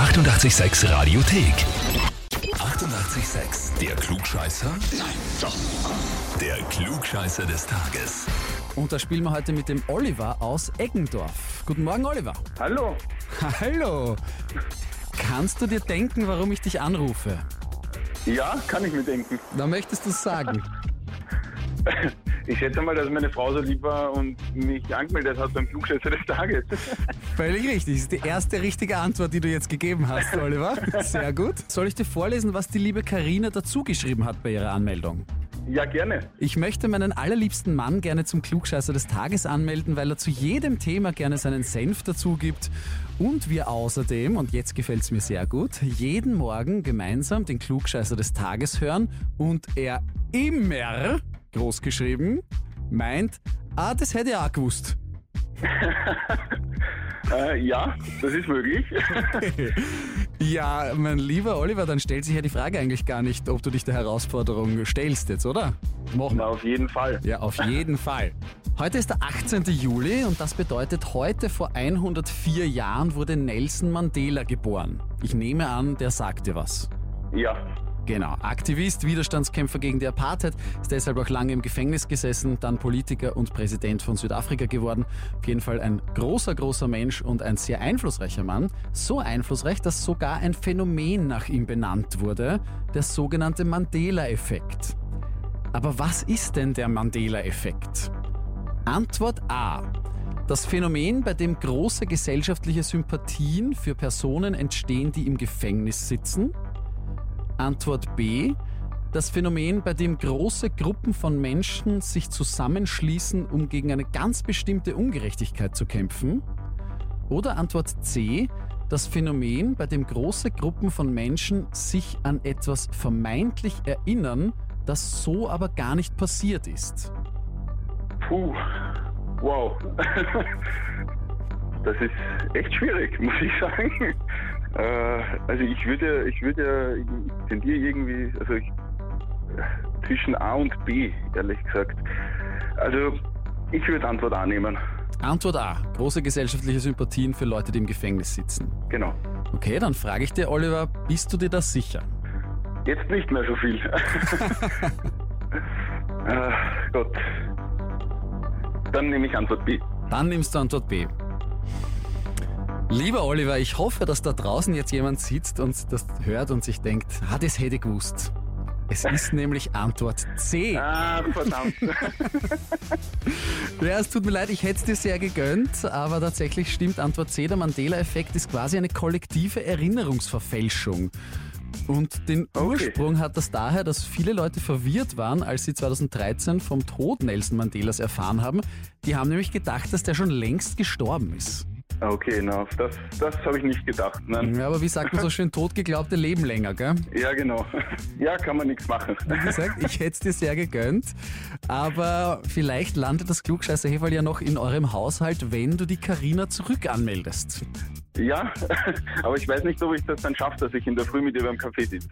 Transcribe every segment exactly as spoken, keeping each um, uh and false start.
achtundachtzig Komma sechs Radiothek. achtundachtzig Komma sechs. Der Klugscheißer? Nein, doch. Der Klugscheißer des Tages. Und da spielen wir heute mit dem Oliver aus Eggendorf. Guten Morgen, Oliver. Hallo. Hallo. Kannst du dir denken, warum ich dich anrufe? Ja, kann ich mir denken. Was möchtest du sagen? Ich schätze mal, dass meine Frau so lieb war und mich angemeldet hat beim Klugscheißer des Tages. Völlig richtig. Das ist die erste richtige Antwort, die du jetzt gegeben hast, Oliver. Sehr gut. Soll ich dir vorlesen, was die liebe Karina dazu geschrieben hat bei ihrer Anmeldung? Ja, gerne. Ich möchte meinen allerliebsten Mann gerne zum Klugscheißer des Tages anmelden, weil er zu jedem Thema gerne seinen Senf dazu gibt und wir außerdem, und jetzt gefällt es mir sehr gut, jeden Morgen gemeinsam den Klugscheißer des Tages hören und er immer, groß geschrieben, meint, ah, das hätte ich auch gewusst. äh, ja, das ist möglich. Ja, mein lieber Oliver, dann stellt sich ja die Frage eigentlich gar nicht, ob du dich der Herausforderung stellst jetzt, oder? Machen wir. Na, auf jeden Fall. Ja, auf jeden Fall. Heute ist der achtzehnten Juli und das bedeutet, heute vor hundertvier Jahren wurde Nelson Mandela geboren. Ich nehme an, der sagt dir was. Ja. Genau, Aktivist, Widerstandskämpfer gegen die Apartheid, ist deshalb auch lange im Gefängnis gesessen, dann Politiker und Präsident von Südafrika geworden. Auf jeden Fall ein großer, großer Mensch und ein sehr einflussreicher Mann. So einflussreich, dass sogar ein Phänomen nach ihm benannt wurde, der sogenannte Mandela-Effekt. Aber was ist denn der Mandela-Effekt? Antwort A. Das Phänomen, bei dem große gesellschaftliche Sympathien für Personen entstehen, die im Gefängnis sitzen. Antwort B. Das Phänomen, bei dem große Gruppen von Menschen sich zusammenschließen, um gegen eine ganz bestimmte Ungerechtigkeit zu kämpfen. Oder Antwort C. Das Phänomen, bei dem große Gruppen von Menschen sich an etwas vermeintlich erinnern, das so aber gar nicht passiert ist. Puh, wow. Das ist echt schwierig, muss ich sagen. Also ich würde, ich würde, ich tendiere irgendwie, also ich, zwischen A und B, ehrlich gesagt. Also ich würde Antwort A nehmen. Antwort A. Große gesellschaftliche Sympathien für Leute, die im Gefängnis sitzen. Genau. Okay, dann frage ich dir, Oliver, bist du dir das sicher? Jetzt nicht mehr so viel. Ach Gott. Dann nehme ich Antwort B. Dann nimmst du Antwort B. Lieber Oliver, ich hoffe, dass da draußen jetzt jemand sitzt und das hört und sich denkt, ah, das hätte ich gewusst. Es ist nämlich Antwort C. Ah, verdammt. Ja, es tut mir leid, ich hätte es dir sehr gegönnt, aber tatsächlich stimmt Antwort C. Der Mandela-Effekt ist quasi eine kollektive Erinnerungsverfälschung. Und den Okay. Ursprung hat das daher, dass viele Leute verwirrt waren, als sie zweitausenddreizehn vom Tod Nelson Mandelas erfahren haben. Die haben nämlich gedacht, dass der schon längst gestorben ist. Okay, na, das, das habe ich nicht gedacht. Nein. Ja, aber wie sagt man so schön, Totgeglaubte leben länger, gell? Ja, genau. Ja, kann man nichts machen. Wie gesagt, ich hätte es dir sehr gegönnt, aber vielleicht landet das Klugscheißer-Häferl ja noch in eurem Haushalt, wenn du die Karina zurück anmeldest. Ja, aber ich weiß nicht, ob ich das dann schaffe, dass ich in der Früh mit ihr beim Kaffee sitze.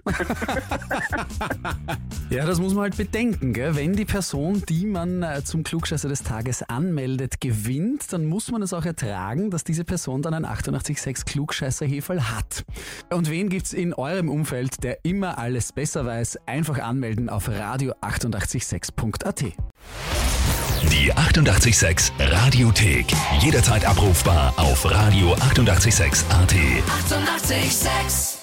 Ja, das muss man halt bedenken, gell? Wenn die Person, die man äh, zum Klugscheißer des Tages anmeldet, gewinnt, dann muss man es auch ertragen, dass diese Person dann ein achtundachtzig Komma sechs Klugscheißer-Häferl hat. Und wen gibt's in eurem Umfeld, der immer alles besser weiß? Einfach anmelden auf radio achtundachtzig Komma sechs punkt a t. Die achtundachtzig Komma sechs Radiothek. Jederzeit abrufbar auf radio achtundachtzig Komma sechs punkt a t. achtundachtzig Komma sechs